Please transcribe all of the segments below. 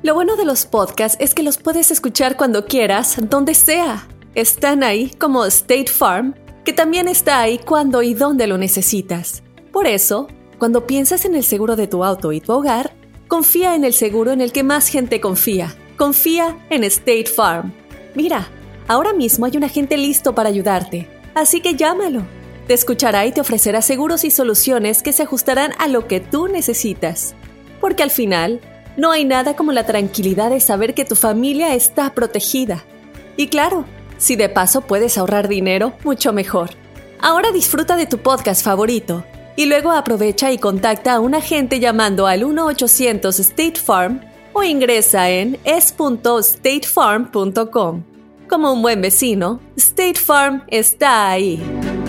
Lo bueno de los podcasts es que los puedes escuchar cuando quieras, donde sea. Están ahí como State Farm, que también está ahí cuando y donde lo necesitas. Por eso, cuando piensas en el seguro de tu auto y tu hogar, confía en el seguro en el que más gente confía. Confía en State Farm. Mira, ahora mismo hay un agente listo para ayudarte, así que llámalo. Te escuchará y te ofrecerá seguros y soluciones que se ajustarán a lo que tú necesitas. Porque al final, no hay nada como la tranquilidad de saber que tu familia está protegida. Y claro, si de paso puedes ahorrar dinero, mucho mejor. Ahora disfruta de tu podcast favorito y luego aprovecha y contacta a un agente llamando al 1-800-STATE-FARM o ingresa en es.statefarm.com. Como un buen vecino, State Farm está ahí.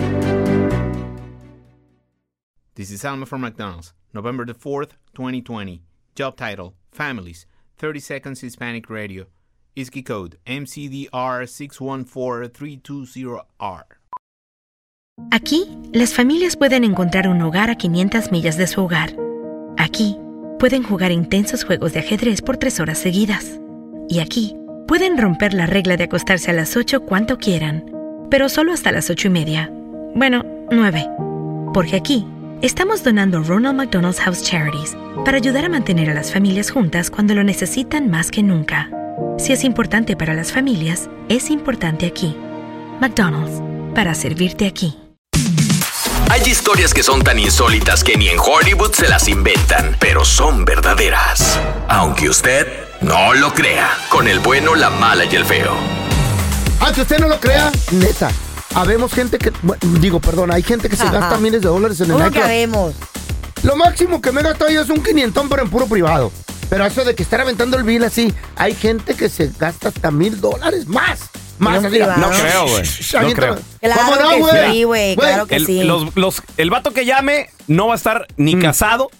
This is Alma from McDonald's, November the 4th, 2020. Job title, Families, 30 Seconds Hispanic Radio. ISKI code, MCDR614320R. Aquí, las familias pueden encontrar un hogar a 500 millas de su hogar. Aquí, pueden jugar intensos juegos de ajedrez por 3 horas seguidas. Y aquí, pueden romper la regla de acostarse a las 8 cuanto quieran, pero solo hasta las 8:30. Bueno, 9. Porque aquí, estamos donando Ronald McDonald's House Charities para ayudar a mantener a las familias juntas cuando lo necesitan más que nunca. Si es importante para las familias, es importante aquí. McDonald's, para servirte aquí. Hay historias que son tan insólitas que ni en Hollywood se las inventan, pero son verdaderas. Aunque usted no lo crea, con el bueno, la mala y el feo. Aunque usted no lo crea, neta, habemos gente que, hay gente que se gasta miles de dólares en el ¿Cómo nightclub. que habemos? Lo máximo que me he gastado yo es un 500, pero en puro privado. Pero eso de que estar aventando el bill así, hay gente que se gasta hasta $1,000 más. Más así. No creo, güey. No creo. Claro ¿Cómo no, que güey? sí, güey. Claro que sí. El vato que llame no va a estar ni casado,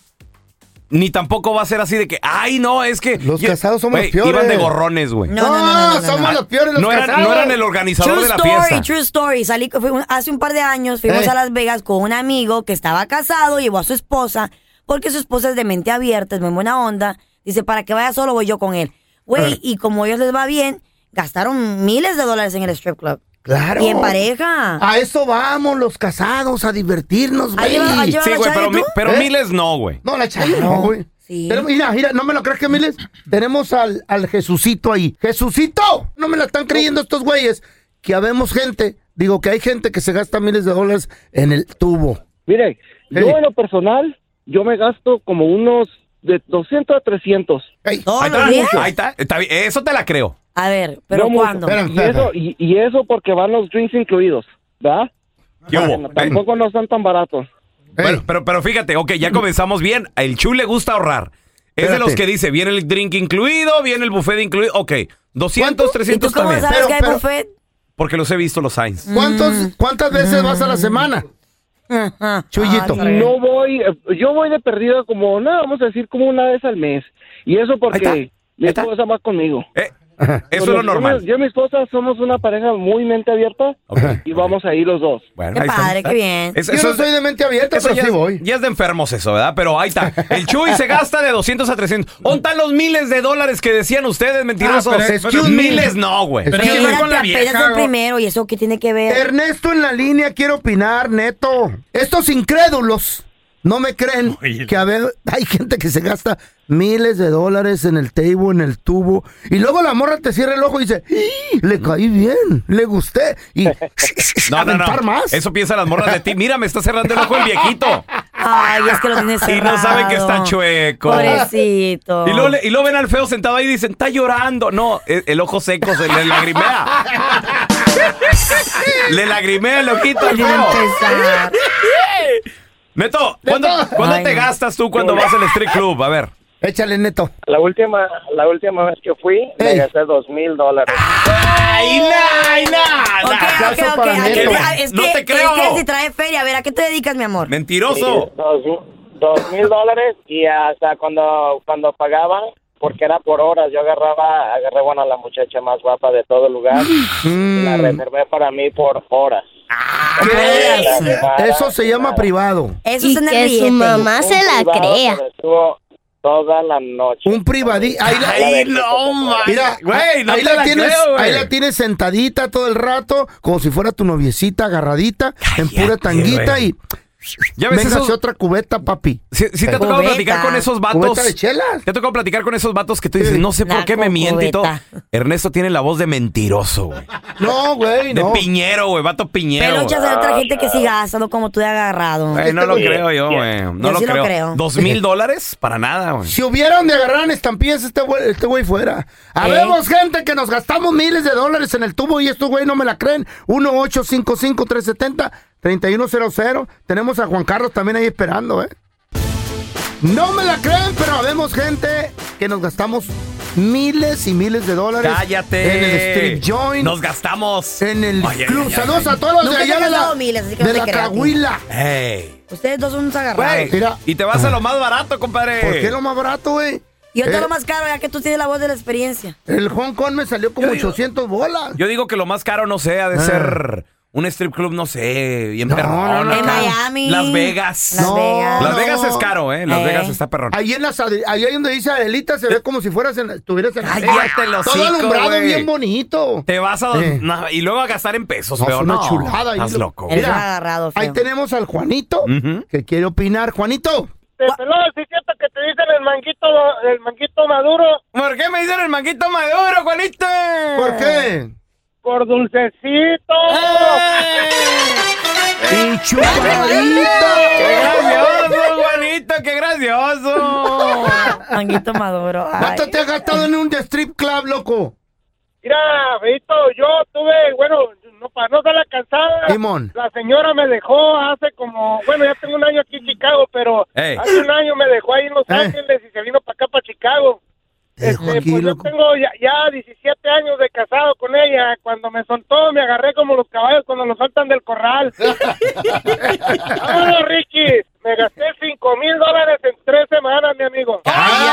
ni tampoco va a ser así de que, ay, no, es que... Los casados somos los peores. Iban de gorrones, güey. No, somos los peores los casados. No eran el organizador de la fiesta. True story. Hace un par de años fuimos a Las Vegas con un amigo que estaba casado, llevó a su esposa, porque su esposa es de mente abierta, es muy buena onda. Dice, para que vaya solo voy yo con él. Güey, y como a ellos les va bien, gastaron miles de dólares en el strip club. Claro. Y en pareja. A eso vamos los casados, a divertirnos, güey. Sí, güey, pero miles no, güey. No, la Chayo no, güey. Sí. Pero mira, ¿no me lo crees que miles? Tenemos al Jesucito ahí. ¡Jesucito! No me la están creyendo estos güeyes. Que habemos gente, que hay gente que se gasta miles de dólares en el tubo. Mire, yo en lo personal, yo me gasto como unos de 200 a 300. Hey, ahí está, bien, eso te la creo. A ver, ¿pero no cuándo? Y eso porque van los drinks incluidos, ¿verdad? Tampoco no están tan baratos. Bueno, pero fíjate, ok, ya comenzamos bien. El Chu le gusta ahorrar. Es de los que dice, viene el drink incluido, viene el buffet incluido. Ok, 200, 300 ¿Y tú cómo también. sabes que hay buffet? Porque los he visto los signs. ¿Cuántas veces vas a la semana? Chuyito. No voy, yo voy de perdida como, vamos a decir como una vez al mes. Y eso porque mi esposa va conmigo. Eso es lo normal. Yo y mi esposa somos una pareja muy mente abierta y vamos a ir los dos. Bueno, qué padre, qué bien. Yo no soy de mente abierta, pero sí voy. Ya es de enfermos eso, ¿verdad? Pero ahí está. El Chuy se gasta de 200 a 300. ¿Dónde están los miles de dólares que decían ustedes, mentirosos? Miles no, güey. Pero apenas el primero, ¿y eso qué tiene que ver? Ernesto en la línea, quiero opinar, neto. Estos incrédulos no me creen que hay gente que se gasta miles de dólares en el table, en el tubo, y luego la morra te cierra el ojo y dice, le caí bien, le gusté, y no. más. Eso piensan las morras de ti. Mira, me está cerrando el ojo el viejito. Ay, es que lo tienes cerrado. Y no saben que está chueco. Pobrecito. Y luego ven al feo sentado ahí y dicen, está llorando. No, el ojo seco se le lagrimea. Le lagrimea el ojito al feo. Neto, ¿cuándo te gastas tú cuando vas al street club? A ver. Échale, Neto. La última vez que fui, me gasté $2,000. ¡Ay, no! Es no que, te creo. Es que si trae feria, a ver, ¿a qué te dedicas, mi amor? Mentiroso. $2,000 y hasta cuando pagaban, porque era por horas, yo agarré a la muchacha más guapa de todo el lugar y la reservé para mí por horas. Eso se llama privado. Eso y es en el que billete. su mamá se la crea. toda la noche. Un privadito. Mira, güey, no ahí te la tienes, creo, güey. ahí la tienes sentadita todo el rato, como si fuera tu noviecita agarradita, en pura tanguita güey. y... Ya ves Véngase esos... otra cubeta, papi. Sí, te ha tocado Cubeta. platicar con esos vatos. ¿Cubeta de chelas? Te ha tocado platicar con esos vatos que tú dices, no sé por La qué me miente y todo. cubeta. Ernesto tiene la voz de mentiroso, güey. No, güey, De no. piñero, güey, vato piñero. Peluchas hay otra gente que sí gasta, no como tú de agarrado. Güey, no lo creo yo, güey. No Yo lo sí lo creo. creo. $2,000 para nada, güey. Si hubieran de agarrar en estampillas, este güey fuera. Habemos gente que nos gastamos miles de dólares en el tubo y estos güey no me la creen. 1-855-370-3100. Tenemos a Juan Carlos también ahí esperando, ¿eh? No me la creen, pero habemos gente que nos gastamos miles y miles de dólares. ¡Cállate! En el strip joint. Nos gastamos. En el Ay, club. ay, Saludos ay. a todos los Nunca de allá te he de la, gastado miles, así que no de te la creas. Cahuila. Hey. Ustedes dos son unos agarrados. Güey, Mira. y te vas a lo más barato, compadre. ¿Por qué lo más barato, güey? Y yo te lo más caro, ya que tú tienes la voz de la experiencia. El Hong Kong me salió como 800 bolas. Yo digo que lo más caro, no sé, ha de ser un strip club, no sé, bien No, perrón. no, En no. Miami. Las Vegas. Las Vegas. Las Vegas es caro, ¿eh? Las Vegas está perrón. Ahí donde dice Adelita se ve como si estuvieras en Cállate los todo hocico, alumbrado güey. bien bonito. Te vas a... Eh. no, y luego a gastar en pesos, No, feo. es una No, chulada. estás loco. Eres un agarrado, feo. Ahí tenemos al Juanito que quiere opinar. Juanito. Pelón, sí siento que te dicen el manguito maduro ¿Por qué me dicen el manguito maduro, Juanito? ¿Por qué? por dulcecito. ¡Y chupadito! ¡Qué gracioso, Juanito! ¡Qué gracioso! Manguito maduro. ay. ¿Cuánto te has gastado en un strip club, loco? Mira, Feito, yo tuve, bueno, no, para no ser la cansada, Simón. la señora me dejó hace como, bueno, ya tengo un año aquí en Chicago, pero Ey. hace un año me dejó ahí en Los Ángeles y se vino para acá, para Chicago. Aquí, Pues yo loco. tengo ya 17 años de casado con ella. Cuando me soltó, me agarré como los caballos cuando los saltan del corral. ¡Vámonos, Ricky! Me gasté $5,000 en 3 semanas, mi amigo.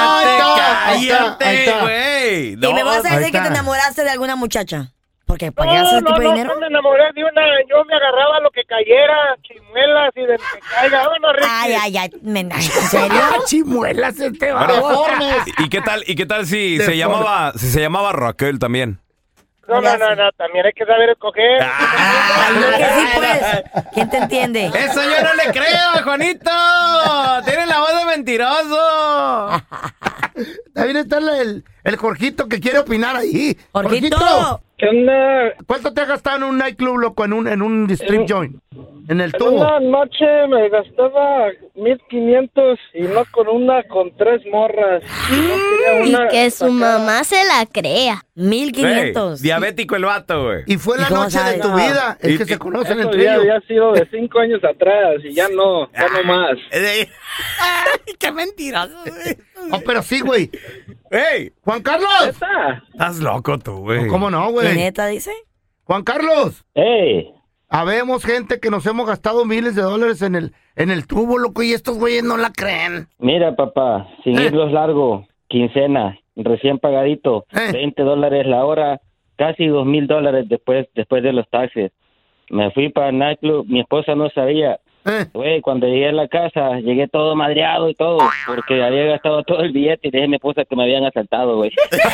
¡Cállate, güey! Y me vas a ahí decir que está. te enamoraste de alguna muchacha. Porque para qué haces ese tipo de dinero. No me enamoré de una. Yo me agarraba lo que cayera, chimuelas y de lo que caiga. ¡Vámonos, Ricky! Ay, ¿en serio? Chimuelas este Bueno, ¿y qué tal si se llamaba Raquel también? No, también hay que saber escoger. Ay, no, que sí, pues. ¿Quién te entiende? ¡Eso yo no le creo, Juanito! ¡Tiene la voz de mentiroso! También está el Jorgito que quiere opinar ahí. Jorgito. ¿Qué onda? ¿Cuánto te has gastado en un nightclub, loco, en un strip joint? En el En tubo. una noche me gastaba 1,500 y no con 3 morras. Y que su mamá se la crea. 1,500. Diabético el vato, güey. Y fue la ¿Y cómo noche de sabes? tu vida. Es que se conocen entre ellos. ha sido de 5 años atrás y ya no más. ¡Qué mentiroso, güey! Oh, pero sí, güey. ¡Ey! ¡Juan Carlos! Estás loco tú, güey. ¿Cómo no, ¿De güey? neta dice? Juan Carlos. ¡Ey! Habemos gente que nos hemos gastado miles de dólares en el tubo, loco, y estos güeyes no la creen. Mira, papá, sin irlos largo, quincena, recién pagadito, $20 la hora, casi $2,000 después de los taxes. Me fui para el nightclub, mi esposa no sabía. Güey, cuando llegué a la casa, llegué todo madreado y todo, porque había gastado todo el billete y dije a mi esposa que me habían asaltado, güey.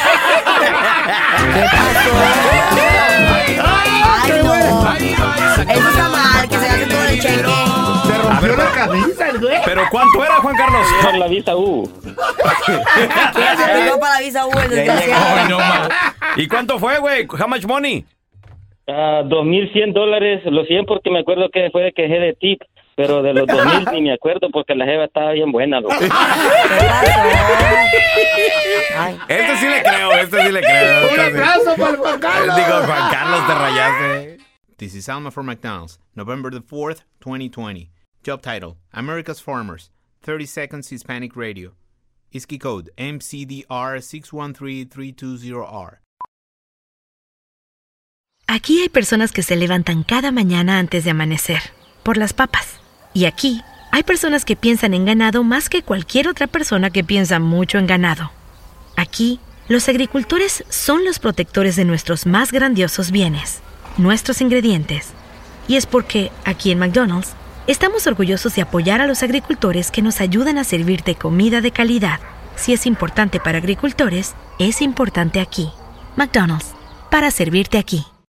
Ay, no. Eso está mal, que se gaste todo el cheque. Se rompió la camisa, el güey. ¿Pero cuánto era, Juan Carlos? Por la visa U. ¿Quién se aplicó para la visa U, el desgraciado? Ay, no, ma. ¿Y cuánto fue, güey? How much money? $2,100, lo 100 porque me acuerdo que fue de que dejé de tip, pero de los 2,000 ni me acuerdo porque la jeva estaba bien buena, loco. Este sí le creo. Un aplauso para el Juan Carlos. Digo, Juan Carlos, te rayaste. This is Alma from McDonald's, November the 4th, 2020. Job title, America's Farmers, 30 Seconds Hispanic Radio. ISKI code, MCDR613320R. Aquí hay personas que se levantan cada mañana antes de amanecer, por las papas. Y aquí hay personas que piensan en ganado más que cualquier otra persona que piensa mucho en ganado. Aquí, los agricultores son los protectores de nuestros más grandiosos bienes, nuestros ingredientes. Y es porque, aquí en McDonald's, estamos orgullosos de apoyar a los agricultores que nos ayudan a servirte comida de calidad, Si es importante para agricultores, es importante aquí. McDonald's, para servirte aquí.